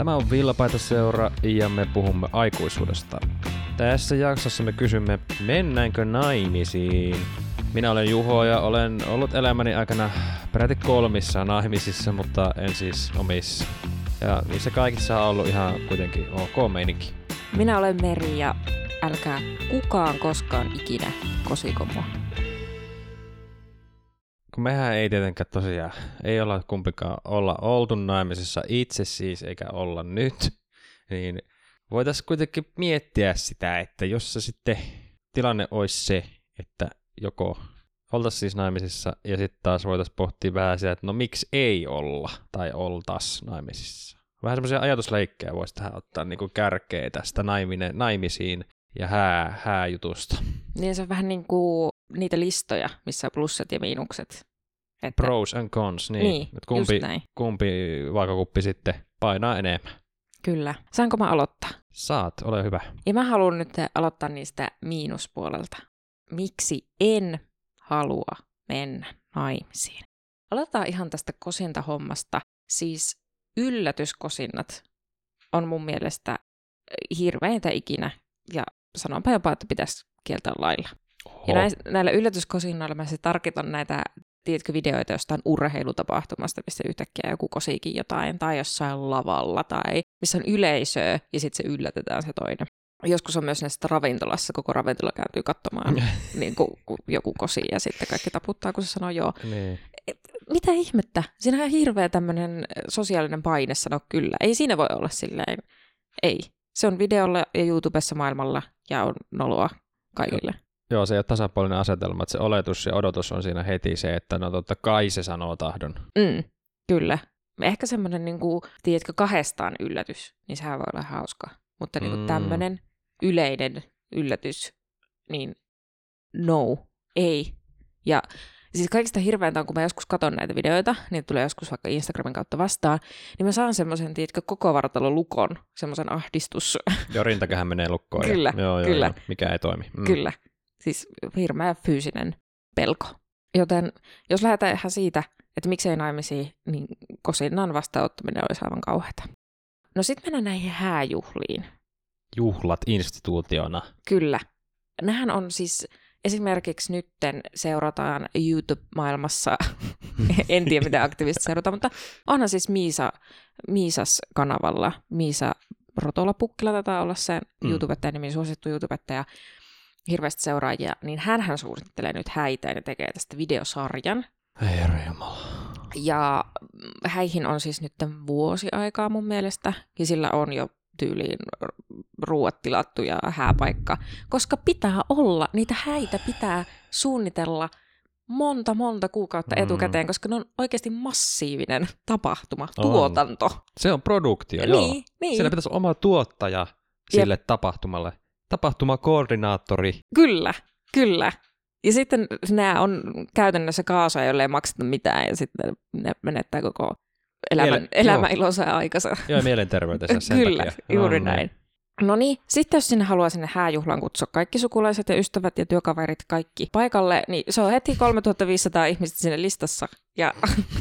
Tämä on Villapaitaseura ja me puhumme aikuisuudesta. Tässä jaksossa me kysymme, mennäänkö naimisiin? Minä olen Juho ja olen ollut elämäni aikana peräti 3 naimisissa, mutta en siis omissa. Ja niissä kaikissa on ollut ihan kuitenkin ok meininki. Minä olen Meri ja älkää kukaan koskaan ikinä kosiko mua. Kun mehän ei tietenkään tosiaan, ei olla kumpikaan olla oltu naimisissa itse siis, eikä olla nyt, niin voitaisiin kuitenkin miettiä sitä, että jos se sitten tilanne olisi se, että joko oltaisiin siis naimisissa ja sitten taas voitaisiin pohtia vähän sitä, että no miksi ei olla tai oltaisiin naimisissa. Vähän semmoisia ajatusleikkejä voisi tähän ottaa niin kuin kärkeä tästä naimisiin ja hääjutusta. Niin se on vähän niin kuin niitä listoja, missä on plussat ja miinukset. Että... Pros and cons, niin kumpi vaakakuppi sitten painaa enemmän. Kyllä. Saanko mä aloittaa? Saat, ole hyvä. Ja mä haluan nyt aloittaa niistä miinuspuolelta. Miksi en halua mennä naimisiin? Aloitetaan ihan tästä kosintahommasta. Siis yllätyskosinnat on mun mielestä hirveintä ikinä. Ja sanonpa jopa, että pitäisi kieltää lailla. Oho. Ja näillä yllätyskosinnoilla mä se tarkitan näitä, tiedätkö, videoita jostain urheilutapahtumasta, missä yhtäkkiä joku kosiikin jotain, tai jossain lavalla, tai missä on yleisöä, ja sitten se yllätetään se toinen. Joskus on myös näistä ravintolassa, koko ravintola kääntyy katsomaan niin kuin joku kosi, ja sitten kaikki taputtaa, kun se sanoo joo. Niin. Mitä ihmettä? Siinä on hirveä tämmöinen sosiaalinen paine sanoa kyllä. Ei siinä voi olla silleen. Ei. Se on videolla ja YouTubessa maailmalla, ja on noloa kaikille. Joo, se ei ole tasapuolinen asetelma, että se oletus ja odotus on siinä heti se, että no totta kai se sanoo tahdon. Kyllä. Ehkä semmoinen, niin kuin, tiedätkö, 2 yllätys, niin sehän voi olla hauska. Mutta niin kuin tämmöinen yleinen yllätys, niin no, ei. Ja siis kaikista hirveintä on, kun mä joskus katson näitä videoita, niin tulee joskus vaikka Instagramin kautta vastaan, niin mä saan semmoisen, tiedätkö, koko vartalon lukon, semmoisen ahdistus. Joo, rintakähän menee lukkoon. Kyllä, kyllä. Joo, mikä ei toimi. Kyllä. Siis hirveä fyysinen pelko. Joten jos lähdetään ihan siitä, että miksei naimisiin, niin kosinnan vastaanottaminen olisi aivan kauheata. No sit mennään näihin hääjuhliin. Juhlat instituutiona. Kyllä. Nämähän on siis, esimerkiksi nytten seurataan YouTube-maailmassa, en tiedä mitä aktiivisesti seurataan, mutta onhan siis Miisas-kanavalla, Miisa Rotolapukkila taitaa olla se YouTubettaja, nimi suosittu YouTubettaja, hirveästi seuraajia, niin hänhän suunnittelee nyt häitä ja tekee tästä videosarjan. Herra Jumala. Ja häihin on siis nyt vuosi aikaa mun mielestä, ja sillä on jo tyyliin ruuat tilattu ja hääpaikka, koska pitää olla, niitä häitä pitää suunnitella monta kuukautta etukäteen, koska ne on oikeasti massiivinen tapahtuma, tuotanto. Se on produktio, niin, joo. Niin. Siellä pitäisi olla oma tuottaja sille tapahtumalle. Tapahtumakoordinaattori. Kyllä. Ja sitten nämä on käytännössä kaasoja, jolle ei makseta mitään, ja sitten ne menettää koko elämän ilonsa ja aikansa. Joo, mielenterveytensä sen Kyllä, takia. juuri näin. No niin, sitten jos sinne haluaa sinne hääjuhlaan kutsua kaikki sukulaiset ja ystävät ja työkaverit kaikki paikalle, niin se on heti 3500 ihmistä sinne listassa, ja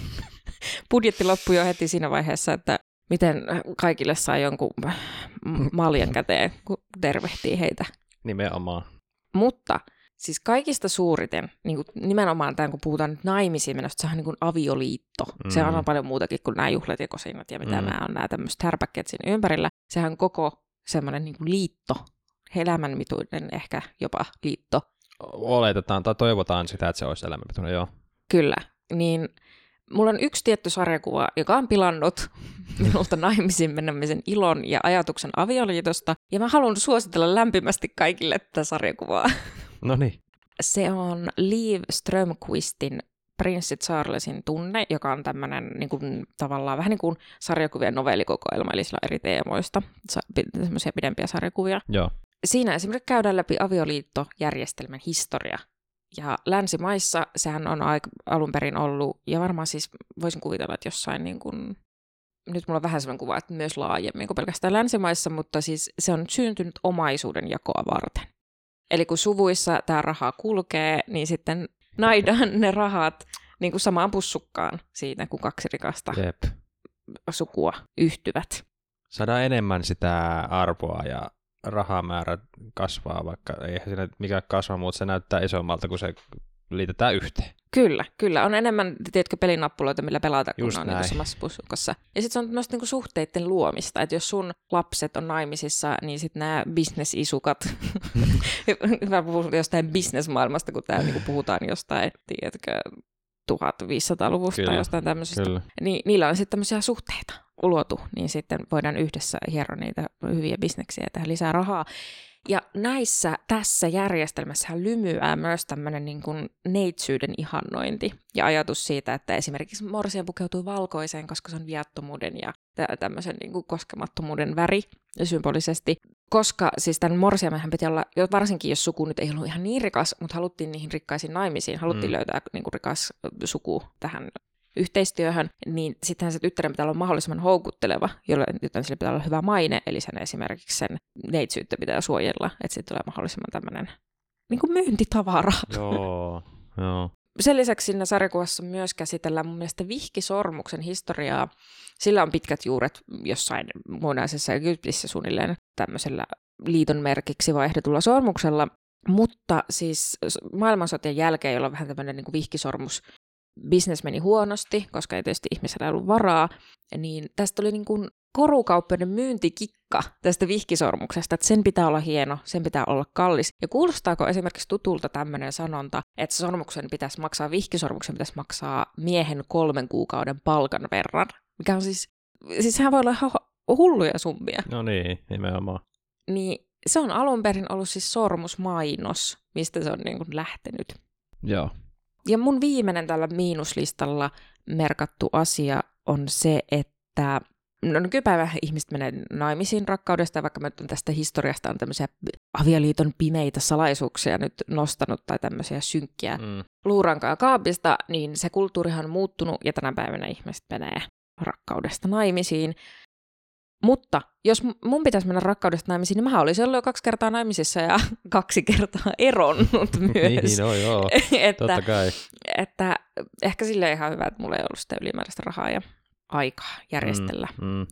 budjetti loppui jo heti siinä vaiheessa, että miten kaikille saa jonkun maljan käteen, kun tervehtii heitä. Nimenomaan. Mutta siis kaikista suuriten, niin kuin nimenomaan tämän, kun puhutaan nyt naimisiin menosta, sehän on niin kuin avioliitto. Se on paljon muutakin kuin nämä juhlat ja kosinnat ja mitä nämä on, nämä tämmöiset härpäkkeet siinä ympärillä. Sehän on koko semmoinen niin kuin liitto, elämänmituinen ehkä jopa liitto. Oletetaan tai toivotaan sitä, että se olisi elämänmituinen, joo. Kyllä, niin mulla on yksi tietty sarjakuva, joka on pilannut minulta naimisiin menemisen ilon ja ajatuksen avioliitosta, ja mä haluan suositella lämpimästi kaikille tätä sarjakuvaa. No niin. Se on Liv Strömquistin Prinssi Charlesin tunne, joka on tämmöinen niin kuin, tavallaan vähän niin kuin sarjakuvien novellikokoelma, eli sillä on eri teemoista, semmoisia pidempiä sarjakuvia. Joo. Siinä esimerkiksi käydään läpi avioliittojärjestelmän historia. Ja länsimaissa sehän on alun perin ollut, ja varmaan siis voisin kuvitella, että jossain niin kuin, nyt mulla on vähän sellainen kuva, että myös laajemmin kuin pelkästään länsimaissa, mutta siis se on syntynyt omaisuuden jakoa varten. Eli kun suvuissa tämä raha kulkee, niin sitten naidaan ne rahat niin kuin samaan pussukkaan siitä, kun 2 rikasta sukua yhtyvät. saadaan enemmän sitä arvoa ja rahamäärä kasvaa, vaikka eihän siinä mikään kasva, mutta se näyttää isommalta, kun se liitetään yhteen. Kyllä. On enemmän, tiedätkö, pelinappuloita, millä pelata, kun Just on näin. niin samassa pussukassa. Ja sitten se on myös niin suhteiden luomista, että jos sun lapset on naimisissa, niin sitten nämä bisnesisukat, hyvä puhua jostain bisnesmaailmasta, kun täällä niin puhutaan jostain, tiedätkö, 1500-luvusta tai jostain tämmöisestä, niin niillä on sitten tämmöisiä suhteita luotu, niin sitten voidaan yhdessä hieroa niitä hyviä bisneksiä ja tehdä lisää rahaa. Ja tässä järjestelmässä lymyää myös tämmöinen niin kuin neitsyyden ihannointi ja ajatus siitä, että esimerkiksi morsian pukeutuu valkoiseen, koska se on viattomuuden ja tämmöisen niin kuin koskemattomuuden väri symbolisesti. Koska siis tämän morsiamenhän piti olla, varsinkin jos suku nyt ei ollut ihan niin rikas, mutta haluttiin niihin rikkaisiin naimisiin, haluttiin löytää niin kuin rikas suku tähän yhteistyöhön, niin sittenhän se tyttären pitää olla mahdollisimman houkutteleva, joten sillä pitää olla hyvä maine, eli sen esimerkiksi sen neitsyyttä pitää suojella, että siitä tulee mahdollisimman tämmöinen niin kuin myyntitavara. Joo. Sen lisäksi siinä sarjakuvassa myös käsitellään mun mielestä vihkisormuksen historiaa. Sillä on pitkät juuret jossain muinaisessa Egyptissä suunnilleen tämmöisellä liiton merkiksi vaihdetulla sormuksella, mutta siis maailmansotien jälkeen, jolla on vähän tämmöinen niin kuin vihkisormus, business meni huonosti, koska ei tietysti ihmisellä ei ollut varaa, niin tästä oli niin kuin korukauppojen myyntikikka tästä vihkisormuksesta, että sen pitää olla hieno, sen pitää olla kallis. Ja kuulostaako esimerkiksi tutulta tämmöinen sanonta, että vihkisormuksen pitäisi maksaa miehen 3 kuukauden palkan verran, mikä on siis sehän voi olla ihan hulluja summia. No niin, nimenomaan. Niin se on alun perin ollut siis sormusmainos, mistä se on niin kuin lähtenyt. Joo. Ja mun viimeinen tällä miinuslistalla merkattu asia on se, että nykypäivä ihmiset menee naimisiin rakkaudesta, vaikka mä tästä historiasta on tämmöisiä avioliiton pimeitä salaisuuksia nyt nostanut tai tämmöisiä synkkiä luurankaa kaapista, niin se kulttuurihan on muuttunut ja tänä päivänä ihmiset menee rakkaudesta naimisiin. Mutta jos mun pitäisi mennä rakkaudesta naimisiin, niin mä olisin ollut jo 2 kertaa naimisissa ja 2 kertaa eronnut myös. Niin, no joo, totta kai. Että ehkä silleen ihan hyvä, että mulla ei ollut sitä ylimääräistä rahaa ja aikaa järjestellä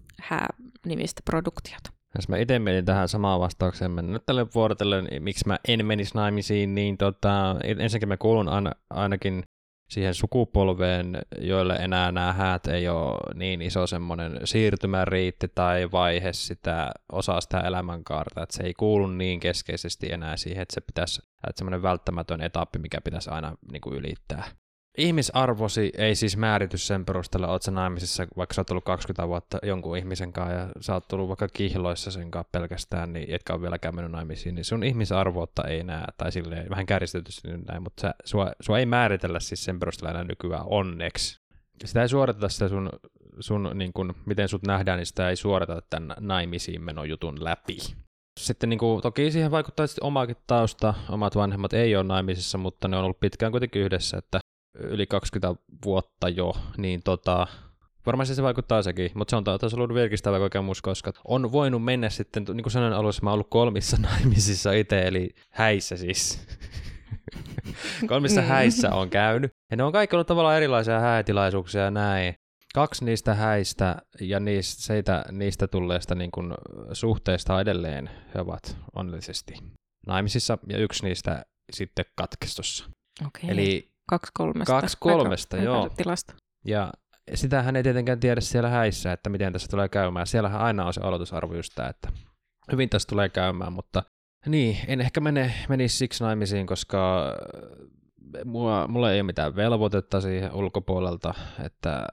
nimistä produktiota. Jos mä itse menin tähän samaan vastaukseen, mä nyt tälle vuorotellen, miksi mä en menisi naimisiin, niin ensinnäkin mä kuulun ainakin siihen sukupolveen, joille enää nämä häät ei ole niin iso semmoinen siirtymäriitti tai vaihe osaa sitä elämänkaarta, että se ei kuulu niin keskeisesti enää siihen, että se pitäisi, että semmoinen välttämätön etappi, mikä pitäisi aina niin kuin ylittää. Ihmisarvosi ei siis määrity sen perusteella, oot sä naimisissa, vaikka sä oot ollut 20 vuotta jonkun ihmisen kanssa ja sä oot tullut vaikka kihloissa sen kanssa pelkästään, niin etkä ole vieläkään mennyt naimisiin, niin sun ihmisarvoutta ei näe, tai silleen vähän kärjistetysti näin, mutta sua ei määritellä siis sen perusteella enää nykyään onneksi. Sitä ei suoriteta sitä sun niin kun, miten sut nähdään, niin sitä ei suoriteta tämän naimisiin menojutun läpi. Sitten niin kuin, toki siihen vaikuttaa omaakin tausta, omat vanhemmat ei ole naimisissa, mutta ne on ollut pitkään kuitenkin yhdessä, että yli 20 vuotta jo, niin varmasti se vaikuttaa sekin, mutta se on taas ollut virkistävä kokemus, koska on voinut mennä sitten, niin kuin sanoin alussa, mä oon ollut 3 naimisissa itse, eli häissä siis. 3 häissä on käynyt, ja ne on kaikki ollut tavallaan erilaisia häätilaisuuksia ja näin. 2 niistä häistä ja niistä tulleista niin kuin suhteista edelleen he ovat onnellisesti naimisissa, ja 1 niistä sitten katkestossa. Okei. Eli 2-3, joo. Tilasta. Ja sitähän ei tietenkään tiedä siellä häissä, että miten tässä tulee käymään. Siellähän aina on se aloitusarvo just tämä, että hyvin tässä tulee käymään, mutta niin, en ehkä menisi siksi naimisiin, koska mulla ei ole mitään velvoitetta siihen ulkopuolelta, että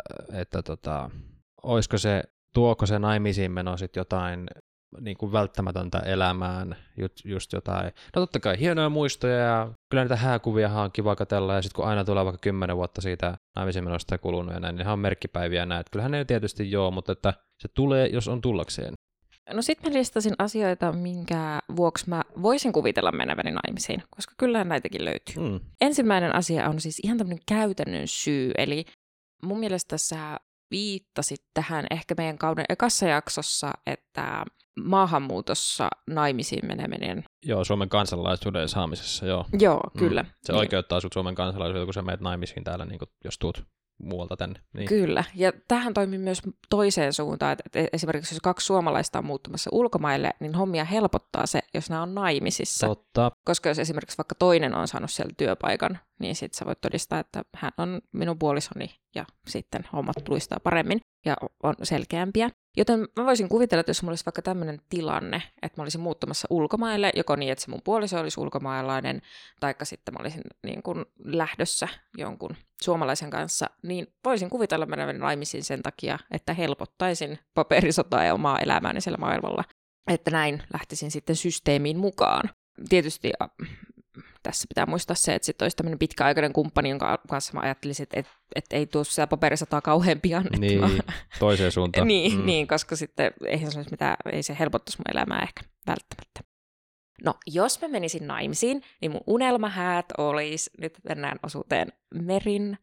tuoko se naimisiin meno sitten jotain niin kuin välttämätöntä elämään, just jotain. No totta kai hienoja muistoja ja kyllä niitä hääkuviahan on kiva katsella ja sitten kun aina tulee vaikka 10 vuotta siitä naimisiin menosta kulunut ja näin, niin on merkkipäiviä näin. Kyllähän ne tietysti joo, mutta että se tulee, jos on tullakseen. No sit mä listasin asioita, minkä vuoksi mä voisin kuvitella meneväni naimisiin, koska kyllähän näitäkin löytyy. Ensimmäinen asia on siis ihan tämmöinen käytännön syy, eli mun mielestä sä viittasit tähän ehkä meidän kauden ekassa jaksossa, että maahanmuutossa naimisiin meneminen. Joo, Suomen kansalaisuuden saamisessa, joo. Joo, kyllä. Se oikeuttaa sut Suomen kansalaisuuteen, kun sä menet naimisiin täällä, niin jos tuut muualta tänne. Niin. Kyllä, ja tähän toimii myös toiseen suuntaan, että esimerkiksi jos 2 suomalaista on muuttumassa ulkomaille, niin hommia helpottaa se, jos nämä on naimisissa. Totta. Koska jos esimerkiksi vaikka toinen on saanut sieltä työpaikan, niin sitten sä voit todistaa, että hän on minun puolisoni, ja sitten hommat luistaa paremmin ja on selkeämpiä. Joten mä voisin kuvitella, että jos mulla olisi vaikka tämmöinen tilanne, että mä olisin muuttamassa ulkomaille, joko niin, että se mun puoliso olisi ulkomaalainen, taikka sitten mä olisin niin kuin lähdössä jonkun suomalaisen kanssa, niin voisin kuvitella meneväni naimisiin sen takia, että helpottaisin paperisotaa ja omaa elämääni siellä maailmalla, että näin lähtisin sitten systeemiin mukaan. Tietysti tässä pitää muistaa se, että sitten olisi tämmöinen pitkäaikainen kumppani, jonka kanssa mä ajattelisin, että ei tuossa sitä paperisotaa kauhean pian. Niin, toiseen suuntaan. niin, koska sitten ei se helpottaisi mun elämää ehkä välttämättä. No, jos mä menisin naimisiin, niin mun unelmahäät olisi, nyt mennään osuuteen Merin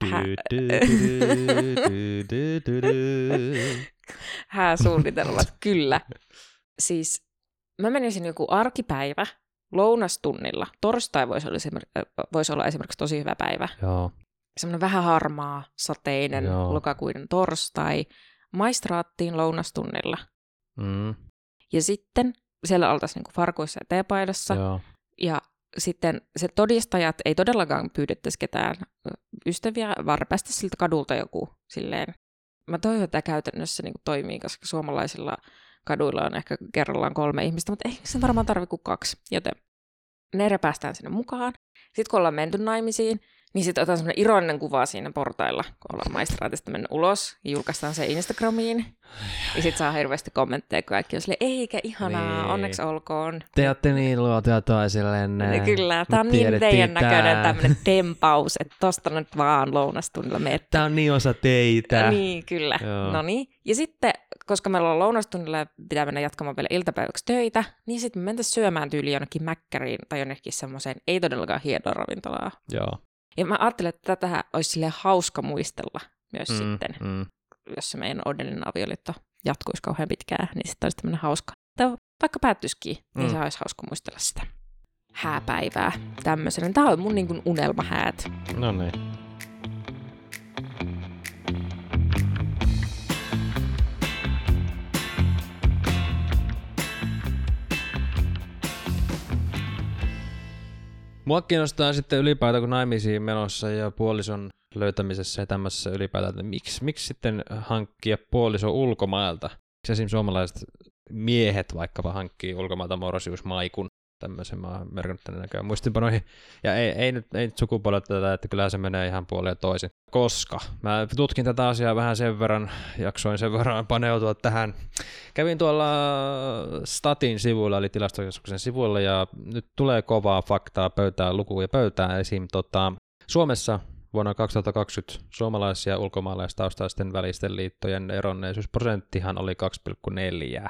hääsuunnitelmat, kyllä. Siis mä menisin joku arkipäivä lounastunnilla. Torstai voisi olla esimerkiksi tosi hyvä päivä. Joo. Semmoinen vähän harmaa, sateinen, lokakuinen torstai. Maistraattiin lounastunnilla. Ja sitten siellä oltaisiin niinku farkuissa ja teepaidassa. Joo. Ja sitten se todistajat ei todellakaan pyydettäisi ketään ystäviä, vaan päästä siltä kadulta joku silleen. Mä toivon, että tämä käytännössä niinku toimii, koska suomalaisilla kaduilla on ehkä kerrallaan 3 ihmistä, mutta ei se varmaan tarvitse kuin 2. Joten ne repästään sinne mukaan. Sitten kun ollaan menty naimisiin, niin sitten otan semmoinen ironinen kuva siinä portailla, kun ollaan maistraatista mennyt ulos ja julkaistaan se Instagramiin. Ja sitten saa hirveästi kommentteja, kun kaikki on silleen, eikä ihanaa, niin. Onneksi olkoon. Te olette niin luotuja toisillenne. Kyllä, tämä on niin teidän näköinen tämmöinen tempaus, että tosta nyt vaan lounastunnilla meette. Tämä on niin osa teitä. Niin, kyllä. No niin. Ja sitten, koska meillä on lounastunnilla ja pitää mennä jatkamaan vielä iltapäiväksi töitä, niin sitten me mentäisiin syömään tyyliin jonnekin mäkkäriin tai jonnekin semmoiseen ei todellakaan hienoa ravintolaa. Joo. Ja mä ajattelin, että tätä olisi silleen hauska muistella myös sitten, jos se meidän odellinen avioliitto jatkuisi kauhean pitkään, niin sitten olisi tämmöinen hauska. Tai vaikka päättyisikin, niin se olisi hauska muistella sitä hääpäivää tämmöisenä. Tämä on mun niin kuin unelmahäät. No niin. Mua kiinnostaa sitten ylipäätään, kun naimisiin menossa ja puolison löytämisessä ja tämmöisessä ylipäätään, että miksi sitten hankkia puoliso ulkomailta? Miksi esimerkiksi suomalaiset miehet vaikkapa hankkii ulkomailta morsiusmaikun, tämmöisen mä oon merkannut tänne näköjään muistinpanoihin. Ja ei nyt sukupuolella tätä, että kyllähän se menee ihan puolin ja toisin. Koska mä tutkin tätä asiaa vähän sen verran, jaksoin sen verran paneutua tähän. Kävin tuolla Statin sivuilla, eli tilastokeskuksen sivuilla, ja nyt tulee kovaa faktaa pöytään, lukuja pöytään. Esim. Suomessa vuonna 2020 suomalais- ja ulkomaalaistaustaisten välisten liittojen eronneisuusprosenttihan oli 2,4.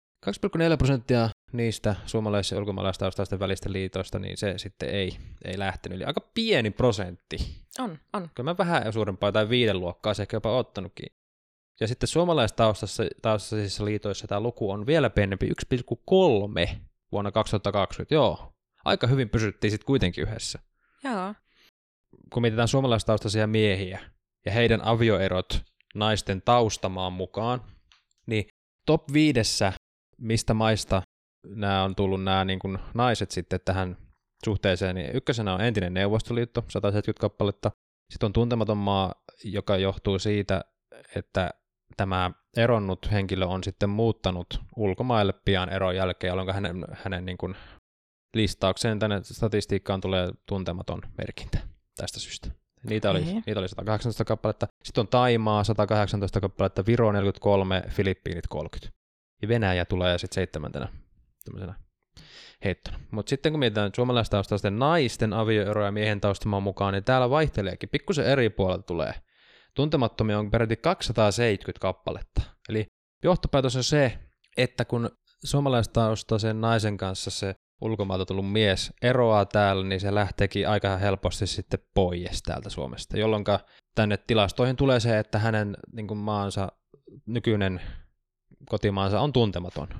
2,4% niistä suomalais- ja ulkomaalaistaustaisten välisten liitoista, niin se sitten ei lähtenyt. Eli aika pieni prosentti. On. Kyllä mä vähän suurempaa tai 5 luokkaa se ehkä jopa ottanutkin. Ja sitten suomalaistaustaisissa liitoissa tämä luku on vielä pienempi, 1,3 vuonna 2020. Joo, aika hyvin pysyttiin sitten kuitenkin yhdessä. Joo. Kun mietitään suomalaistaustaisia miehiä ja heidän avioerot naisten taustamaan mukaan, niin top 5, mistä maista nämä on tullut nämä niin kuin naiset sitten tähän suhteeseen, niin ykkösenä on entinen Neuvostoliitto, 170 kappaletta. Sitten on tuntematon maa, joka johtuu siitä, että tämä eronnut henkilö on sitten muuttanut ulkomaille pian eron jälkeen, jolloin hänen niin kuin listaukseen tänne statistiikkaan tulee tuntematon merkintä tästä syystä. Niitä oli 118 kappaletta. Sitten on Thaimaa 118 kappaletta, Viro 43, Filippiinit 30. Ja Venäjä tulee sitten 7. tämmöisenä heittona. Mutta sitten kun mietitään suomalaistaustaisten naisten avioeroja miehen taustamaan mukaan, niin täällä vaihteleekin. Pikkusen eri puolelta tulee. Tuntemattomia on peräti 270 kappaletta. Eli johtopäätös on se, että kun suomalaistaustaisen naisen kanssa se ulkomailta tullut mies eroaa täällä, niin se lähteekin aika helposti sitten pois täältä Suomesta, jolloin tänne tilastoihin tulee se, että hänen niin kuin maansa, nykyinen kotimaansa on tuntematon.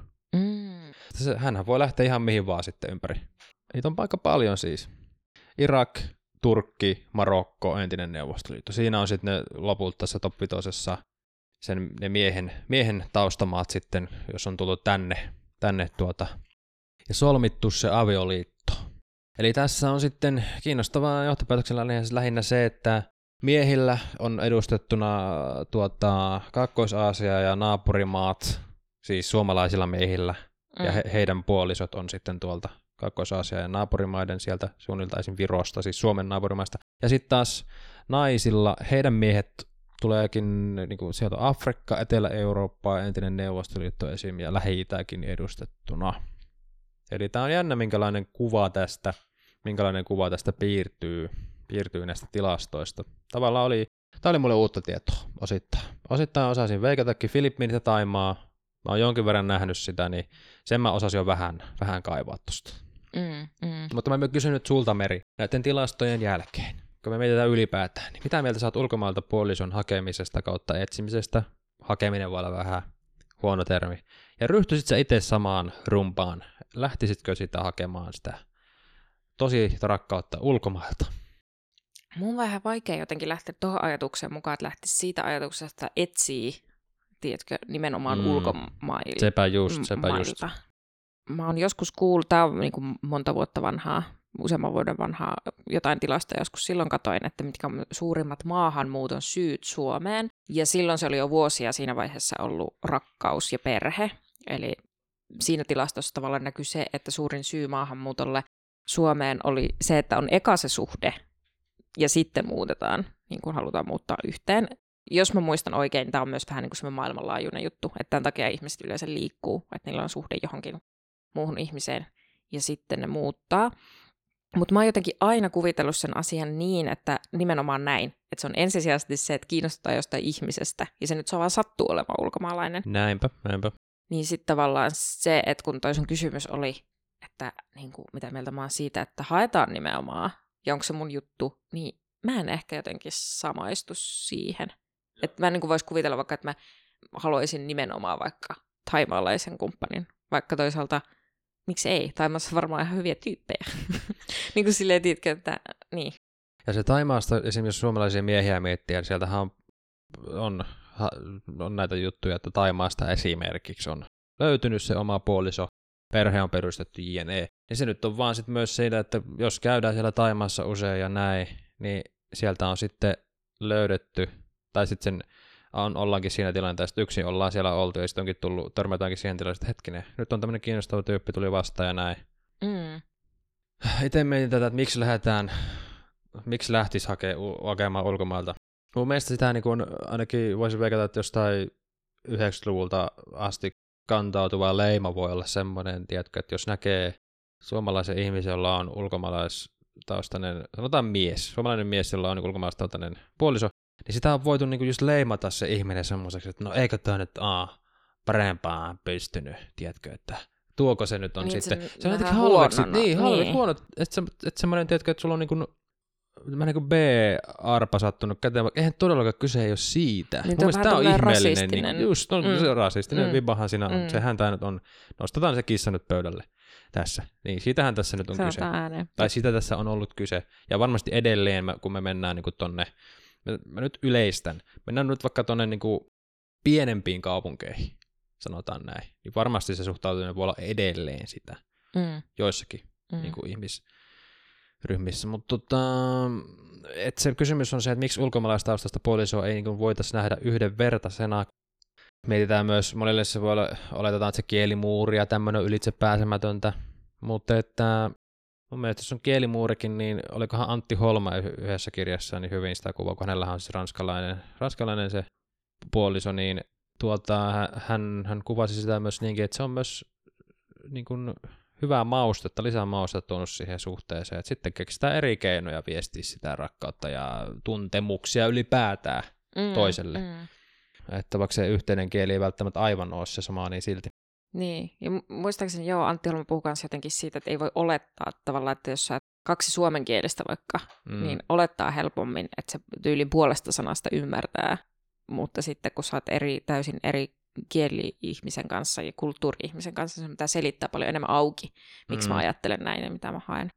Hänhän voi lähteä ihan mihin vaan sitten ympäri. Niitä on aika paljon siis. Irak, Turkki, Marokko, entinen Neuvostoliitto. Siinä on sitten ne lopulta tässä top 5 ne miehen taustamaat sitten, jos on tullut tänne ja solmittu se avioliitto. Eli tässä on sitten kiinnostavaa johtopäätöksellä lähinnä se, että miehillä on edustettuna Kaakkois-Aasia ja naapurimaat, siis suomalaisilla miehillä, ja heidän puolisot on sitten tuolta Kaakkois-Aasia ja naapurimaiden sieltä suunniltaisin Virosta, siis Suomen naapurimaista. Ja sitten taas naisilla, heidän miehet tuleekin niin kuin sieltä Afrikka, Etelä-Eurooppaa, entinen Neuvostoliitto esim. Ja Lähi-Itäkin edustettuna. Eli tämä on jännä, minkälainen kuva tästä piirtyy näistä tilastoista. Tavallaan tämä oli mulle uutta tietoa osittain. Osittain osasin veikatakin Filippiinit ja Thaimaa. Mä oon jonkin verran nähnyt sitä, niin sen mä osasin jo vähän kaivaa tosta. Mutta mä oon kysynyt sulta, Meri, näiden tilastojen jälkeen, kun me mietitään ylipäätään, niin mitä mieltä sä oot ulkomailta puolison hakemisesta kautta etsimisestä? Hakeminen voi olla vähän huono termi. Ja ryhtyisit sä itse samaan rumpaan? Lähtisitkö sitä hakemaan sitä tosi rakkautta ulkomailta? Mun on vähän vaikea jotenkin lähteä tuohon ajatukseen mukaan, että lähtisi siitä ajatuksesta, että etsii, tiedätkö, nimenomaan ulkomailta. Sepä just. Mä oon joskus kuullut, tää on niin kuin monta vuotta vanhaa, useamman vuoden vanhaa jotain tilasta joskus silloin katoin, että mitkä on suurimmat maahanmuuton syyt Suomeen. Ja silloin se oli jo vuosia siinä vaiheessa ollut rakkaus ja perhe. Eli siinä tilastossa tavallaan näkyy se, että suurin syy maahanmuutolle Suomeen oli se, että on eka se suhde ja sitten muutetaan, niin kuin halutaan muuttaa yhteen. Jos mä muistan oikein, tämä on myös vähän niin kuin semmoinen maailmanlaajuinen juttu, että tämän takia ihmiset yleensä liikkuu, että niillä on suhde johonkin muuhun ihmiseen ja sitten ne muuttaa. Mutta mä oon jotenkin aina kuvitellut sen asian niin, että nimenomaan näin, että se on ensisijaisesti se, että kiinnostaa jostain ihmisestä ja se nyt se vaan sattuu olemaan ulkomaalainen. Näinpä. Niin sitten tavallaan se, että kun toisen kysymys oli, että niin kuin, mitä mieltä mä oon siitä, että haetaan nimenomaan ja onko se mun juttu, niin mä en ehkä jotenkin samaistu siihen. Että mä niin kuin vois kuvitella vaikka, että mä haluaisin nimenomaan vaikka thaimaalaisen kumppanin, vaikka toisaalta miksi ei? Thaimaassa varmaan ihan hyviä tyyppejä. niin kuin silleen, tiedätkö, että niin. Ja se Thaimaasta, esimerkiksi jos suomalaisia miehiä miettii, niin sieltähän on näitä juttuja, että Thaimaasta esimerkiksi on löytynyt se oma puoliso, perhe on perustettu jne. Niin se nyt on vaan sitten myös siitä, että jos käydään siellä Thaimaassa usein ja näin, niin sieltä on sitten löydetty, tai sitten sen ollaankin siinä tilanteessa, että yksin ollaan siellä oltu, ja sitten onkin törmätäänkin siihen tilanteeseen, että hetkinen, nyt on tämmöinen kiinnostava tyyppi, tuli vastaan ja näin. Itse mietin tätä, että miksi lähtisi hakemaan ulkomailta. Mun mielestä sitä niin kun, ainakin voisi veikata, että jostain 90-luvulta asti kantautuva leima voi olla semmoinen, tiedätkö, että jos näkee suomalaisen ihmisen, jolla on ulkomaalaistaustainen, sanotaan suomalainen mies, jolla on ulkomaalaistaustainen puoliso, niin sitä on voitu niinku just leimata se ihminen semmoiseksi, että no eikö toi nyt parempaan pystynyt, tiedätkö, että tuoko se nyt on niin, sitten. Se on jotenkin halveksi, huono, että semmoinen, tiedätkö, että sulla on niinku B-arpa sattunut käteen, vaikka eihän todellakaan kyse ei ole siitä. Niin, mun mielestä tämä on ihmeellinen. Niin, just, se on rasistinen vibahan siinä on. Sehän tämä nyt on, nostetaan se kissa nyt pöydälle tässä. Niin siitähän tässä nyt on kyse. Tai siitä tässä on ollut kyse. Ja varmasti edelleen, kun me mennään niin tonne, mä nyt yleistän, mennään nyt vaikka tonne niin pienempiin kaupunkeihin, sanotaan näin. Niin varmasti se suhtautuminen voi olla edelleen sitä joissakin niin ihmisryhmissä. Mutta se kysymys on se, että miksi ulkomaalaistaustasta puolisoa ei niin voitaisiin nähdä yhdenvertaisena. Mietitään myös, monille se voi olla, oletetaan, että se kielimuuri ja tämmöinen ylitse pääsemätöntä, mutta että mun mielestä jos on kielimuurikin, niin olikohan Antti Holma yhdessä kirjassa niin hyvin sitä kuvaa, kun hänellähän on se ranskalainen se puoliso, niin hän kuvasi sitä myös niinkin, että se on myös niin kuin hyvää maustetta, lisää maustetta tuonut siihen suhteeseen, että sitten keksitään eri keinoja viestiä sitä rakkautta ja tuntemuksia ylipäätään toiselle. Että vaikka se yhteinen kieli ei välttämättä aivan ole se sama, niin silti. Niin, ja muistaakseni Antti Holma puhuu kanssa jotenkin siitä, että ei voi olettaa tavallaan, että jos sä kaksi suomenkielistä vaikka, niin olettaa helpommin, että se tyylin puolesta sanasta ymmärtää, mutta sitten kun sä oot täysin eri kieli-ihmisen kanssa ja kulttuuri-ihmisen kanssa, se pitää selittää paljon enemmän auki, miksi mä ajattelen näin ja mitä mä haen.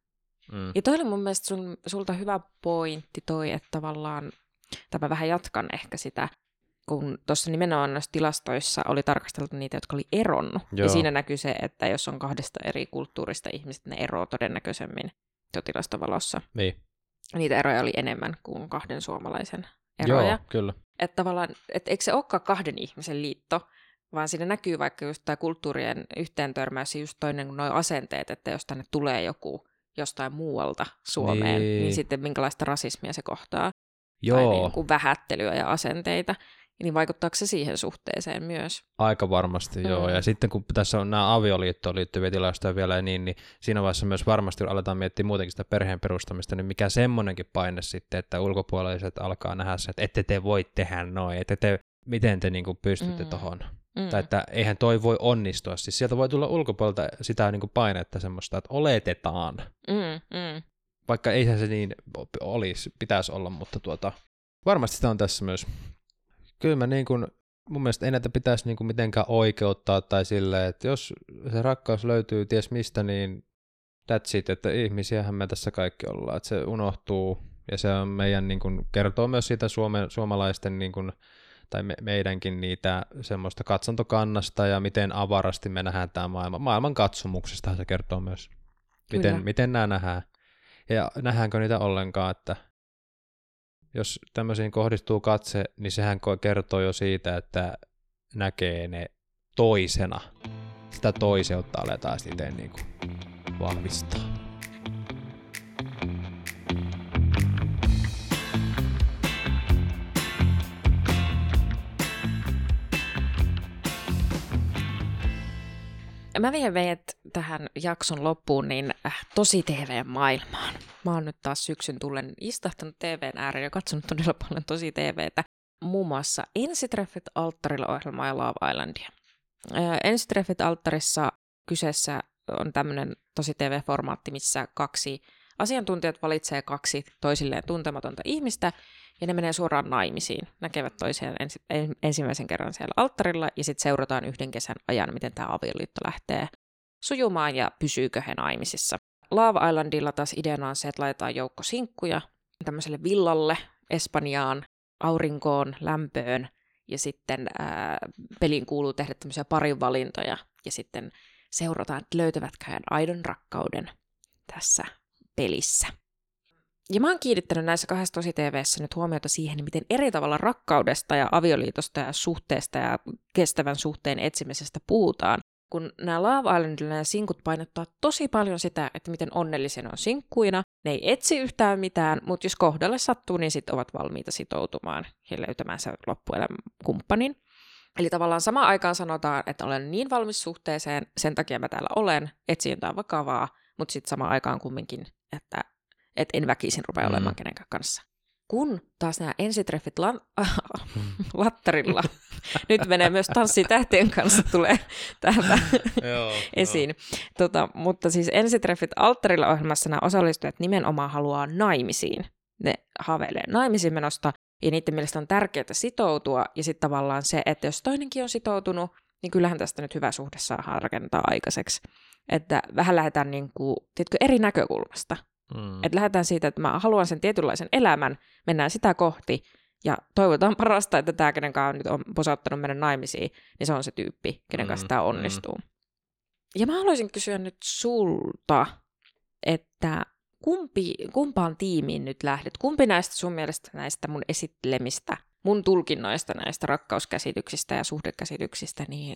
Ja toi oli mun mielestä sulta hyvä pointti toi, että tavallaan, tai mä vähän jatkan ehkä sitä, kun tuossa nimenomaan noissa tilastoissa oli tarkasteltu niitä, jotka oli eronnut. Joo. Ja siinä näkyy se, että jos on 2 eri kulttuurista ihmiset, ne eroaa todennäköisemmin tilastovalossa. Niin. Niitä eroja oli enemmän kuin 2 suomalaisen eroja. Joo, kyllä. Että tavallaan, että eikö se olekaan 2 ihmisen liitto, vaan siinä näkyy vaikka just tämä kulttuurien yhteentörmäys ja just toinen kuin nuo asenteet, että jos tänne tulee joku jostain muualta Suomeen, niin sitten minkälaista rasismia se kohtaa. Joo. Tai niin kuin vähättelyä ja asenteita. Niin vaikuttaako se siihen suhteeseen myös? Aika varmasti, joo. Ja sitten kun tässä on nämä avioliittoon liittyviä tilastoja vielä, niin siinä vaiheessa myös varmasti aletaan miettiä muutenkin sitä perheen perustamista, niin mikä semmoinenkin paine sitten, että ulkopuoliset alkaa nähdä se, että ette te voi tehdä noin, miten te niin kuin pystytte tohon. Tai että eihän toi voi onnistua. Siis sieltä voi tulla ulkopuolelta sitä niin kuin painetta semmoista, että oletetaan. Vaikka eihän se niin pitäisi olla, mutta varmasti sitä on tässä myös. Kyllä mä niin kuin, mun mielestä ei näitä pitäisi niin kuin mitenkään oikeuttaa tai silleen, että jos se rakkaus löytyy ties mistä, niin that's it, että ihmisiähän me tässä kaikki ollaan, että se unohtuu ja se on meidän, niin kuin, kertoo myös siitä suomalaisten niin kuin, tai meidänkin niitä semmoista katsontokannasta ja miten avarasti me nähdään tämä maailman katsomuksesta se kertoo myös, miten nämä nähdään ja nähdäänkö niitä ollenkaan, että jos tämmöisiin kohdistuu katse, niin sehän kertoo jo siitä, että näkee ne toisena. Sitä toiseutta aletaan sitten niin kuin vahvistaa. Mä vien meidät tähän jakson loppuun niin tosi TV-maailmaan. Mä oon nyt taas syksyn tullen istahtanut TVn ääreen ja katsonut todella paljon tosi TVtä. Muun muassa Ensitreffit alttarilla -ohjelmaa ja Love Islandia. Ensitreffit alttarissa kyseessä on tämmöinen tosi TV-formaatti, missä 2 asiantuntijat valitsee 2 toisilleen tuntematonta ihmistä, ja ne menee suoraan naimisiin. Näkevät toisiaan ensimmäisen kerran siellä alttarilla, ja sitten seurataan 1 kesän ajan, miten tämä avioliitto lähtee sujumaan, ja pysyykö he naimisissa. Love Islandilla taas ideana on se, että laitetaan joukko sinkkuja tämmöiselle villalle, Espanjaan, aurinkoon, lämpöön, ja sitten peliin kuuluu tehdä tämmöisiä parinvalintoja, ja sitten seurataan, että löytävätkö he aidon rakkauden tässä pelissä. Ja mä oon kiinnittänyt näissä 2 tosi-TV:ssä nyt huomiota siihen, miten eri tavalla rakkaudesta ja avioliitosta ja suhteesta ja kestävän suhteen etsimisestä puhutaan. Kun nämä Love Islandilla ja sinkut painottaa tosi paljon sitä, että miten onnellisia ne on sinkkuina. Ne ei etsi yhtään mitään, mutta jos kohdalle sattuu, niin sitten ovat valmiita sitoutumaan ja löytämään sen loppuelämän kumppanin. Eli tavallaan samaan aikaan sanotaan, että olen niin valmis suhteeseen, sen takia mä täällä olen, etsin jotain vakavaa, mutta sitten samaan aikaan kumminkin, että en väkisin rupea olemaan kenenkään kanssa. Kun taas nämä ensitreffit lattarilla, nyt menee myös Tanssitähtien kanssa, tulee täältä esiin. Mutta siis ensitreffit alttarilla -ohjelmassa nämä osallistujat nimenomaan haluaa naimisiin. Ne haaveilee naimisiin menosta, ja niiden mielestä on tärkeää sitoutua, ja sitten tavallaan se, että jos toinenkin on sitoutunut, niin kyllähän tästä nyt hyvä suhde saadaan rakentaa aikaiseksi. Että vähän lähdetään niin kuin, tiedätkö, eri näkökulmasta. Että lähdetään siitä, että mä haluan sen tietynlaisen elämän, mennään sitä kohti, ja toivotaan parasta, että tämä, kenen kanssa nyt on posauttanut mennä naimisiin, niin se on se tyyppi, kenen kanssa tämä onnistuu. Ja mä haluaisin kysyä nyt sulta, että kumpaan tiimiin nyt lähdet? Kumpi näistä sun mielestä näistä mun esittelemistä, mun tulkinnoista näistä rakkauskäsityksistä ja suhdekäsityksistä, niin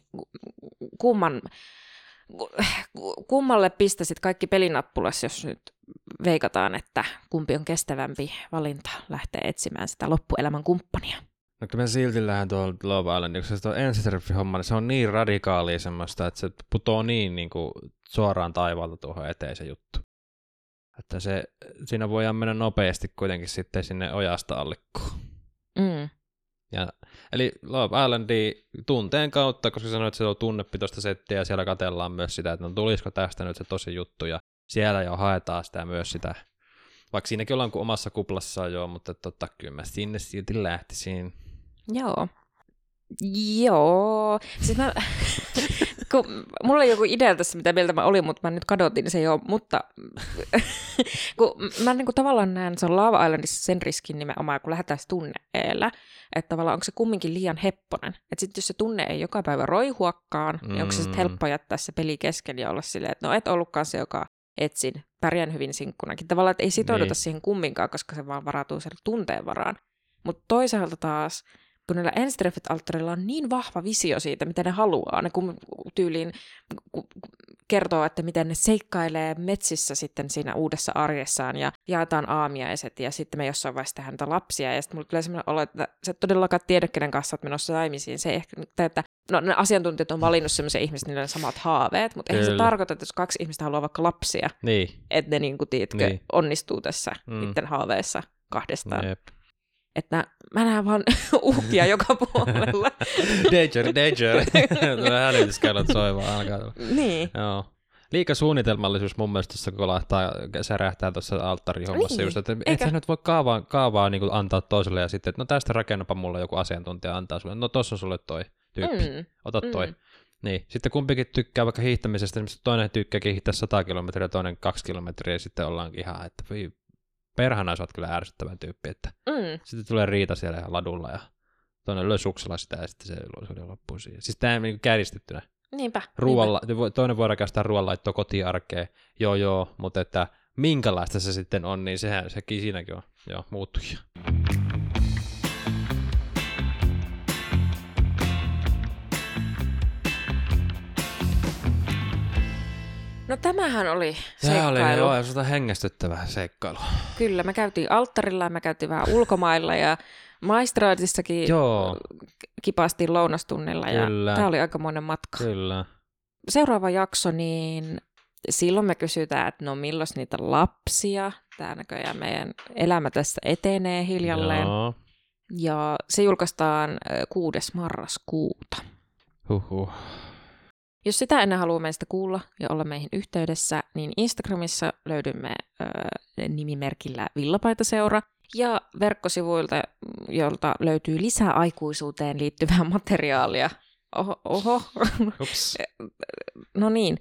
kummalle pistäisit kaikki pelinappulassa, jos nyt veikataan, että kumpi on kestävämpi valinta lähteä etsimään sitä loppuelämän kumppania? No kyllä mä silti lähden tuolla Love Islandin, koska se tuo ensitreffi-homma, niin se on niin radikaalia semmoista, että se putoo niin kuin suoraan taivaalta tuohon eteen se juttu. Että siinä voidaan mennä nopeasti kuitenkin sitten sinne ojasta allikkoon. Eli Love Islandi tunteen kautta, koska sanoit, että se on tunnepitoista settiä ja siellä katsellaan myös sitä, että no tulisiko tästä nyt se tosi juttu ja siellä jo haetaan sitä myös sitä, vaikka siinäkin ollaan kuin omassa kuplassaan jo, mutta kyllä mä sinne silti lähtisin. Joo. Siis Mulla oli joku idea tässä, mitä mieltä mä olin, mutta mä nyt kadotin, se ei ole, mutta kun mä niin kuin tavallaan näen, se on Love Islandissa sen riskin nimenomaan, kun lähdetään tunne-eellä, että tavallaan onko se kumminkin liian hepponen. Että sitten jos se tunne ei joka päivä roihuakaan, niin onko se sitten helppo jättää se peli kesken ja olla silleen, että no et ollutkaan se, joka etsin, pärjään hyvin sinkkunakin. Tavallaan, että ei sitouduta siihen kumminkaan, koska se vaan varautuu sen tunteen varaan. Mutta toisaalta taas, kun näillä ensitreffit-alttarilla on niin vahva visio siitä, mitä ne haluaa, ne tyyliin kertoo, että miten ne seikkailee metsissä sitten siinä uudessa arjessaan ja jaetaan aamiaiset ja sitten me jossain vaiheessa tehdään niitä lapsia ja sitten mulle tulee sellainen olo, että sä et todellakaan tiedä, kenen kanssa olet menossa naimisiin. Se ehkä, että no, ne asiantuntijat on valinnut sellaisia ihmisiä, niillä on samat haaveet, mutta eihän se tarkoita, että jos 2 ihmistä haluaa vaikka lapsia, niin. Että ne niin kuin, tiedätkö, niin. onnistuu tässä niiden haaveessa kahdestaan. Jep. Että mä näen vaan uhkia joka puolella. Danger. Tulee hälytyskellot soimaan. Alkaa. Niin. Joo. Liika suunnitelmallisuus mun mielestä tuossa kolahtaa, särähtää tuossa alttarihommassa niin. Just, että et sä nyt voi kaavaa niin kuin antaa toiselle ja sitten, että no tästä rakennapa mulle joku asiantuntija antaa sulle. No tossa on sulle toi tyyppi, ota toi. Niin. Sitten kumpikin tykkää vaikka hiihtämisestä, niin toinen tykkää hiihtää 100 kilometriä, toinen 2 kilometriä ja sitten ollaankin ihan, että perhana sä oot kyllä ärsyttävä tyyppi, että sitten tulee riita siellä ihan ladulla ja toinen löi suksella sitä ja sitten se loppuu siihen. Siis tää on niin kääristettynä. Niinpä. Toinen voi rakastaa ruoanlaittoa kotiarkeen, joo, mutta että minkälaista se sitten on, niin sekin siinäkin on muuttuja. No tämähän oli seikkailu. Tämä oli sitä hengästyttävää seikkailu. Kyllä, me käytiin alttarilla ja me käytiin vähän ulkomailla ja maistraatissakin kipastiin lounastunnilla ja tämä oli aikamoinen matka. Kyllä. Seuraava jakso, niin silloin me kysytään, että no milloin niitä lapsia. Tämä näköjään meidän elämä tässä etenee hiljalleen. Joo. Ja se julkaistaan 6. marraskuuta. Huhhuh. Jos sitä ennen haluaa meistä kuulla ja olla meihin yhteydessä, niin Instagramissa löydymme nimimerkillä Villapaitaseura ja verkkosivuilta, jolta löytyy lisää aikuisuuteen liittyvää materiaalia. Oho. Ups. No niin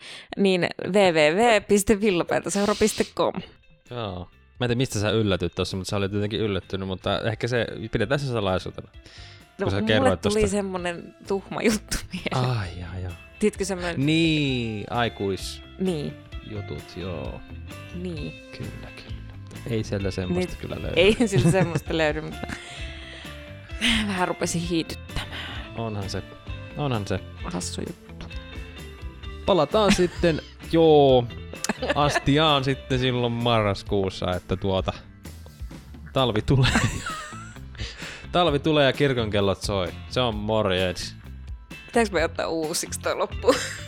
www.villapaitaseura.com. Joo. Mä en tiedä, mistä sä yllätyt tuossa, mutta sä olit jotenkin yllättynyt, mutta ehkä se pidetään se salaisuutena. No, mulle tuli semmonen tuhma juttu mieleen. Ai. Tiedätkö semmoinen? Niin, aikuisjutut, joo. Niin. Kyllä. Ei sieltä semmoista nyt kyllä löydy. Ei sieltä semmoista löydy, mutta vähän rupesi hiityttämään. Onhan se. Hassu juttu. Palataan sitten, astiaan sitten silloin marraskuussa, että talvi tulee. Talvi tulee ja kirkonkellot soi. Se on morjens. Pitääkö me ottaa uusiksi toi loppu?